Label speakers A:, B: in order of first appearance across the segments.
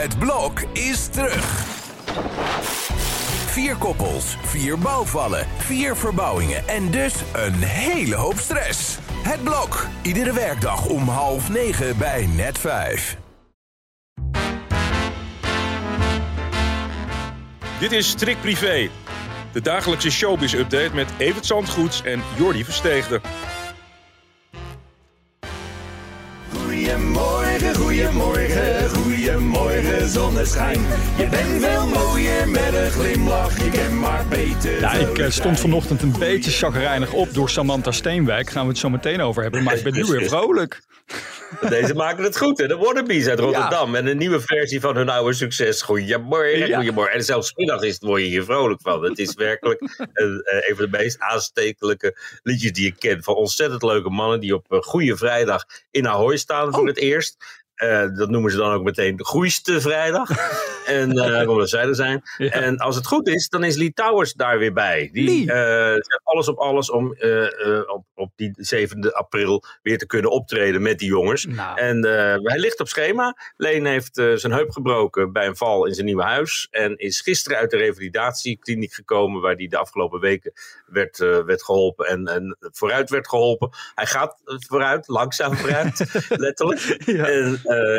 A: Het blok is terug. 4 koppels, 4 bouwvallen, 4 verbouwingen en dus een hele hoop stress. Het blok, iedere werkdag om 8:30 bij Net5.
B: Dit is Strik Privé, de dagelijkse showbiz-update met Evert Zandgoeds en Jordi Versteegde.
C: Goedemorgen, goedemorgen, goedemorgen zonneschijn. Je bent veel mooier met een glimlach, je kan maar beter.
D: Ja, ik stond vanochtend een beetje chagrijnig op door Samantha Steenwijk. Gaan we het zo meteen over hebben, maar ik ben nu weer vrolijk.
E: Deze maken het goed, hè? De Wannabes uit Rotterdam. Ja. En een nieuwe versie van hun oude succes. Goedemorgen, goedemorgen. En zelfs 's middags word je hier vrolijk van. Het is werkelijk een van de meest aanstekelijke liedjes die ik ken. Van ontzettend leuke mannen die op Goeie Vrijdag in Ahoy staan voor het eerst. Dat noemen ze dan ook meteen de Goeiste Vrijdag. En omdat zij er zijn. Ja. En als het goed is, dan is Lee Towers daar weer bij. Die zet alles op alles om op die 7 april weer te kunnen optreden met die jongens. Nou. En hij ligt op schema. Leen heeft zijn heup gebroken bij een val in zijn nieuwe huis. En is gisteren uit de revalidatiekliniek gekomen waar hij de afgelopen weken werd geholpen en vooruit werd geholpen. Hij gaat vooruit, langzaam vooruit, letterlijk. Ja. En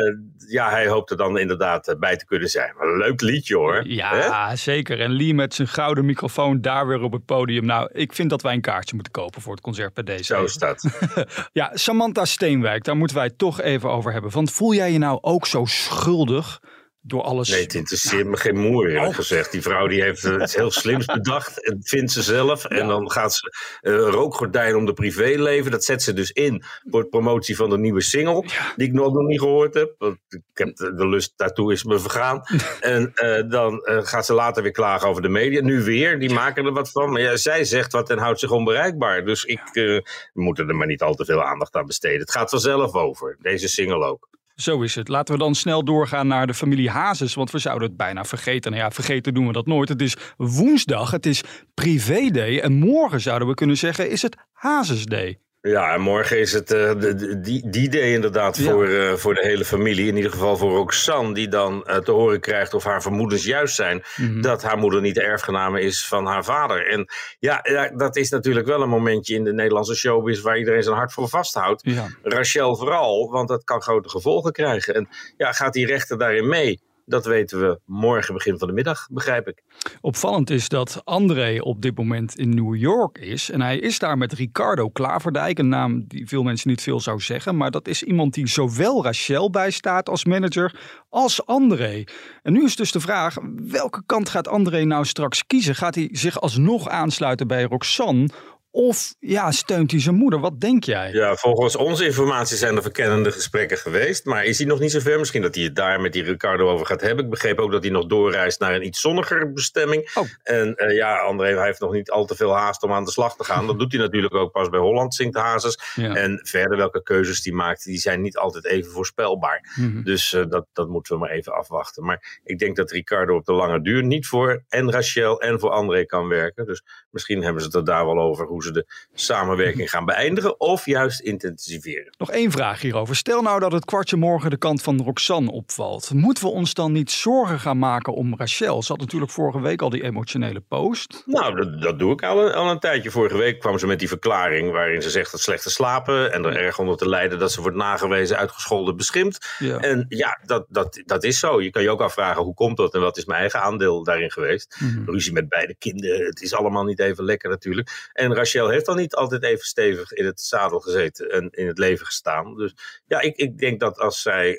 E: hij hoopt er dan inderdaad bij te kunnen zijn. Maar een leuk liedje hoor.
D: Ja, zeker. En Lee met zijn gouden microfoon daar weer op het podium. Nou, ik vind dat wij een kaartje moeten kopen voor het concert bij deze.
E: Zo is dat.
D: Ja, Samantha Steenwijk, daar moeten wij het toch even over hebben. Want voel jij je nou ook zo schuldig door alles?
E: Nee, het interesseert me geen moer, eerlijk gezegd. Die vrouw die heeft het heel slims bedacht. En vindt ze zelf. Ja. En dan gaat ze rookgordijn om de privéleven. Dat zet ze dus in voor de promotie van de nieuwe single. Ja. Die ik nog niet gehoord heb. Want ik heb de lust daartoe is me vergaan. En dan gaat ze later weer klagen over de media. Nu weer, die maken er wat van. Maar ja, zij zegt wat en houdt zich onbereikbaar. Dus we moeten er maar niet al te veel aandacht aan besteden. Het gaat vanzelf over. Deze single ook.
D: Zo is het. Laten we dan snel doorgaan naar de familie Hazes, want we zouden het bijna vergeten. Nou ja, vergeten doen we dat nooit. Het is woensdag, het is privéday en morgen zouden we kunnen zeggen is het Hazesday.
E: Ja, en morgen is het die day inderdaad voor de hele familie. In ieder geval voor Roxanne, die dan te horen krijgt of haar vermoedens juist zijn. Mm-hmm. Dat haar moeder niet de erfgename is van haar vader. En ja, dat is natuurlijk wel een momentje in de Nederlandse showbiz waar iedereen zijn hart voor vasthoudt. Ja. Rachel vooral, want dat kan grote gevolgen krijgen. En ja, gaat die rechter daarin mee? Dat weten we morgen begin van de middag, begrijp ik.
D: Opvallend is dat André op dit moment in New York is. En hij is daar met Ricardo Klaverdijk. Een naam die veel mensen niet veel zou zeggen. Maar dat is iemand die zowel Rachel bijstaat als manager als André. En nu is dus de vraag, welke kant gaat André nou straks kiezen? Gaat hij zich alsnog aansluiten bij Roxanne? Of steunt hij zijn moeder? Wat denk jij?
E: Ja, volgens onze informatie zijn er verkennende gesprekken geweest. Maar is hij nog niet zo ver? Misschien dat hij het daar met die Ricardo over gaat hebben. Ik begreep ook dat hij nog doorreist naar een iets zonnigere bestemming. Oh. En André hij heeft nog niet al te veel haast om aan de slag te gaan. Dat doet hij natuurlijk ook pas bij Holland Zingt Hazes. Ja. En verder welke keuzes hij maakt, die zijn niet altijd even voorspelbaar. Mm-hmm. Dus dat moeten we maar even afwachten. Maar ik denk dat Ricardo op de lange duur niet voor en Rachel en voor André kan werken. Dus misschien hebben ze het er daar wel over hoe ze de samenwerking gaan beëindigen of juist intensiveren.
D: Nog 1 vraag hierover. Stel nou dat het kwartje morgen de kant van Roxanne opvalt. Moeten we ons dan niet zorgen gaan maken om Rachel? Ze had natuurlijk vorige week al die emotionele post.
E: Nou, dat doe ik al een tijdje. Vorige week kwam ze met die verklaring waarin ze zegt dat slechte slapen en er erg onder te lijden dat ze wordt nagewezen, uitgescholden, beschimpt. Ja. En ja, dat is zo. Je kan je ook afvragen hoe komt dat en wat is mijn eigen aandeel daarin geweest. Mm-hmm. Ruzie met beide kinderen. Het is allemaal niet even lekker natuurlijk. En Rachel heeft al niet altijd even stevig in het zadel gezeten en in het leven gestaan. Dus ja, ik denk dat als zij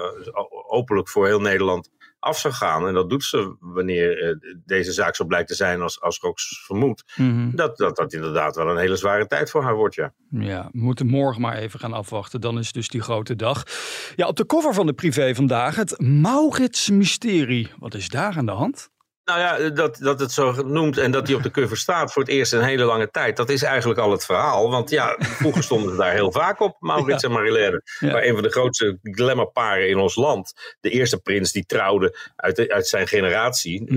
E: openlijk voor heel Nederland af zou gaan, en dat doet ze wanneer deze zaak zo blijkt te zijn als Rox vermoedt, mm-hmm. dat inderdaad wel een hele zware tijd voor haar wordt, ja.
D: Ja, we moeten morgen maar even gaan afwachten. Dan is dus die grote dag. Ja, op de cover van de privé vandaag het Maurits-mysterie. Wat is daar aan de hand?
E: Nou ja, dat het zo noemt en dat hij op de cover staat voor het eerst in een hele lange tijd. Dat is eigenlijk al het verhaal. Want ja, vroeger stonden ze daar heel vaak op, Maurits en Marilène. Ja. Maar een van de grootste glamourparen in ons land. De eerste prins die trouwde uit zijn generatie.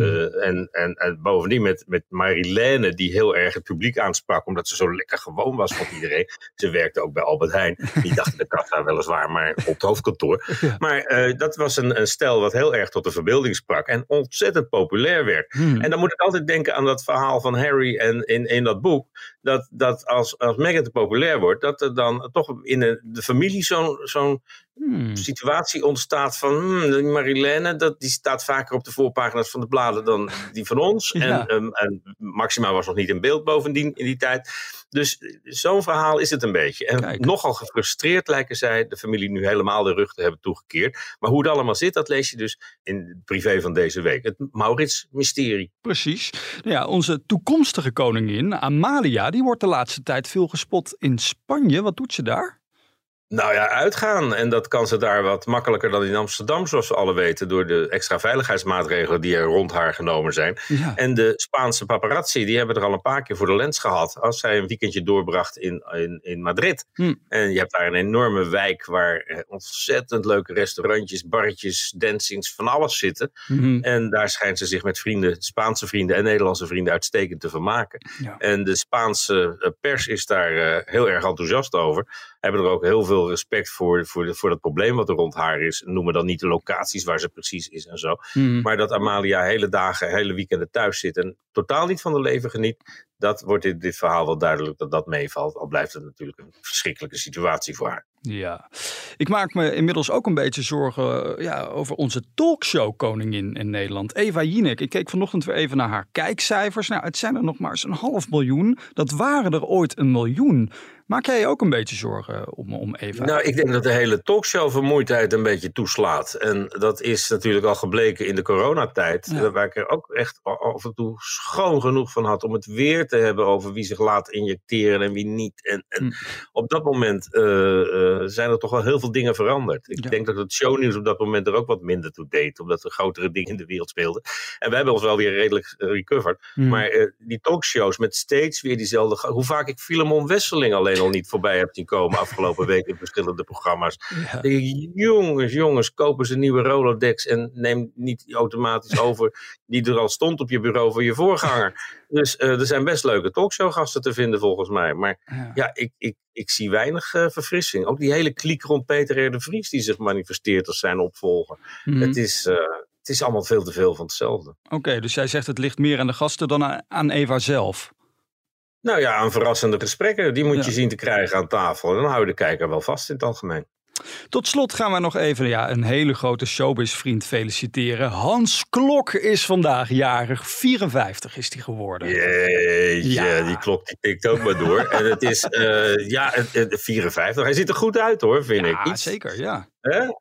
E: En bovendien met Marilène, die heel erg het publiek aansprak. Omdat ze zo lekker gewoon was van iedereen. Ze werkte ook bij Albert Heijn. Die dacht de kassa weliswaar, maar op het hoofdkantoor. Ja. Maar dat was een stel wat heel erg tot de verbeelding sprak. En ontzettend populair werd. En dan moet ik altijd denken aan dat verhaal van Harry en in dat boek. Dat als Meghan te populair wordt, dat er dan toch in de familie zo'n situatie ontstaat van Marilène, die staat vaker op de voorpagina's van de bladen dan die van ons. Ja. En Maxima was nog niet in beeld bovendien in die tijd. Dus zo'n verhaal is het een beetje. En nogal gefrustreerd lijken zij de familie nu helemaal de rug te hebben toegekeerd. Maar hoe het allemaal zit, dat lees je dus in het privé van deze week. Het Maurits-mysterie.
D: Precies. Ja, onze toekomstige koningin, Amalia, die wordt de laatste tijd veel gespot in Spanje. Wat doet ze daar?
E: Nou ja, uitgaan. En dat kan ze daar wat makkelijker dan in Amsterdam, zoals we alle weten, door de extra veiligheidsmaatregelen die er rond haar genomen zijn. Ja. En de Spaanse paparazzi, die hebben er al een paar keer voor de lens gehad als zij een weekendje doorbracht in Madrid. En je hebt daar een enorme wijk waar ontzettend leuke restaurantjes, barretjes, dancings, van alles zitten. En daar schijnt ze zich met Spaanse vrienden en Nederlandse vrienden uitstekend te vermaken. Ja. En de Spaanse pers is daar heel erg enthousiast over. Hebben er ook heel veel respect voor dat probleem wat er rond haar is. Noemen dan niet de locaties waar ze precies is en zo. Maar dat Amalia hele dagen, hele weekenden thuis zit en totaal niet van de leven geniet. Dat wordt in dit verhaal wel duidelijk dat meevalt. Al blijft het natuurlijk een verschrikkelijke situatie voor haar.
D: Ja, ik maak me inmiddels ook een beetje zorgen over onze talkshow-koningin in Nederland. Eva Jinek. Ik keek vanochtend weer even naar haar kijkcijfers. Nou, het zijn er nog maar eens 500.000. Dat waren er ooit 1 miljoen. Maak jij je ook een beetje zorgen om Eva?
E: Nou, ik denk dat de hele talkshow-vermoeidheid een beetje toeslaat. En dat is natuurlijk al gebleken in de coronatijd. Ja. Waar ik er ook echt af en toe schoon genoeg van had om het weer te hebben over wie zich laat injecteren en wie niet. En op dat moment zijn er toch wel heel veel dingen veranderd. Ik denk dat het shownieuws op dat moment er ook wat minder toe deed, omdat er grotere dingen in de wereld speelden. En we hebben ons wel weer redelijk recovered. Maar die talkshows met steeds weer diezelfde. Hoe vaak ik Filemon Wesseling alleen al niet voorbij heb zien komen afgelopen week in verschillende programma's. Ja. Jongens, kopen ze een nieuwe Rolodex en neem niet automatisch over die er al stond op je bureau voor je voorganger. Dus er zijn best leuke talkshowgasten te vinden volgens mij. Maar ik zie weinig verfrissing. Ook die hele kliek rond Peter R. de Vries die zich manifesteert als zijn opvolger. Het is allemaal veel te veel van hetzelfde.
D: Oké, dus jij zegt het ligt meer aan de gasten dan aan Eva zelf.
E: Nou ja, aan verrassende gesprekken. Die moet je zien te krijgen aan tafel. En dan hou je de kijker wel vast in het algemeen.
D: Tot slot gaan we nog even een hele grote showbiz-vriend feliciteren. Hans Klok is vandaag jarig. 54 is hij geworden.
E: Jeetje, die klok die tikt ook maar door. En het is 54. Hij ziet er goed uit hoor, vind ik.
D: Ja, zeker, ja.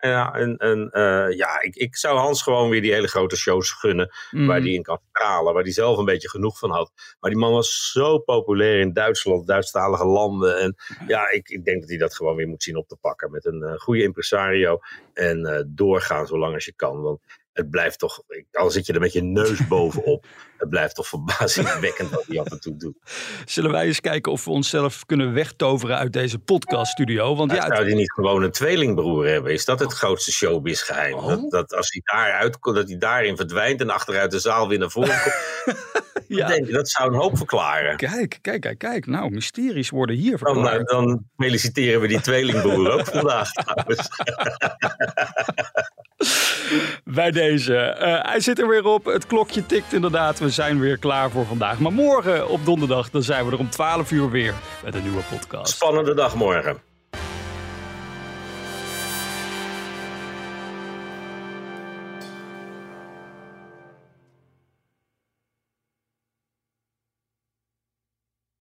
E: Ik zou Hans gewoon weer die hele grote shows gunnen. Waar hij in kan stralen. Waar hij zelf een beetje genoeg van had. Maar die man was zo populair in Duitsland. Duitsstalige landen. En ik denk dat hij dat gewoon weer moet zien op te pakken. Met een goede impresario. En doorgaan zolang als je kan. Want het blijft toch, al zit je er met je neus bovenop, het blijft toch verbazingwekkend wat hij af en toe doet. Zullen wij eens kijken of we onszelf kunnen wegtoveren uit deze podcaststudio? Want zou hij niet gewoon een tweelingbroer hebben? Is dat het grootste showbiz-geheim? Dat als hij daaruit komt, dat hij daarin verdwijnt en achteruit de zaal weer naar voren komt? Dat zou een hoop verklaren. Kijk. Nou, mysteries worden hier verklaard. Dan feliciteren we die tweelingbroer ook vandaag. Bij deze. Hij zit er weer op. Het klokje tikt inderdaad. We zijn weer klaar voor vandaag. Maar morgen op donderdag dan zijn we er om 12 uur weer met een nieuwe podcast. Spannende dag morgen.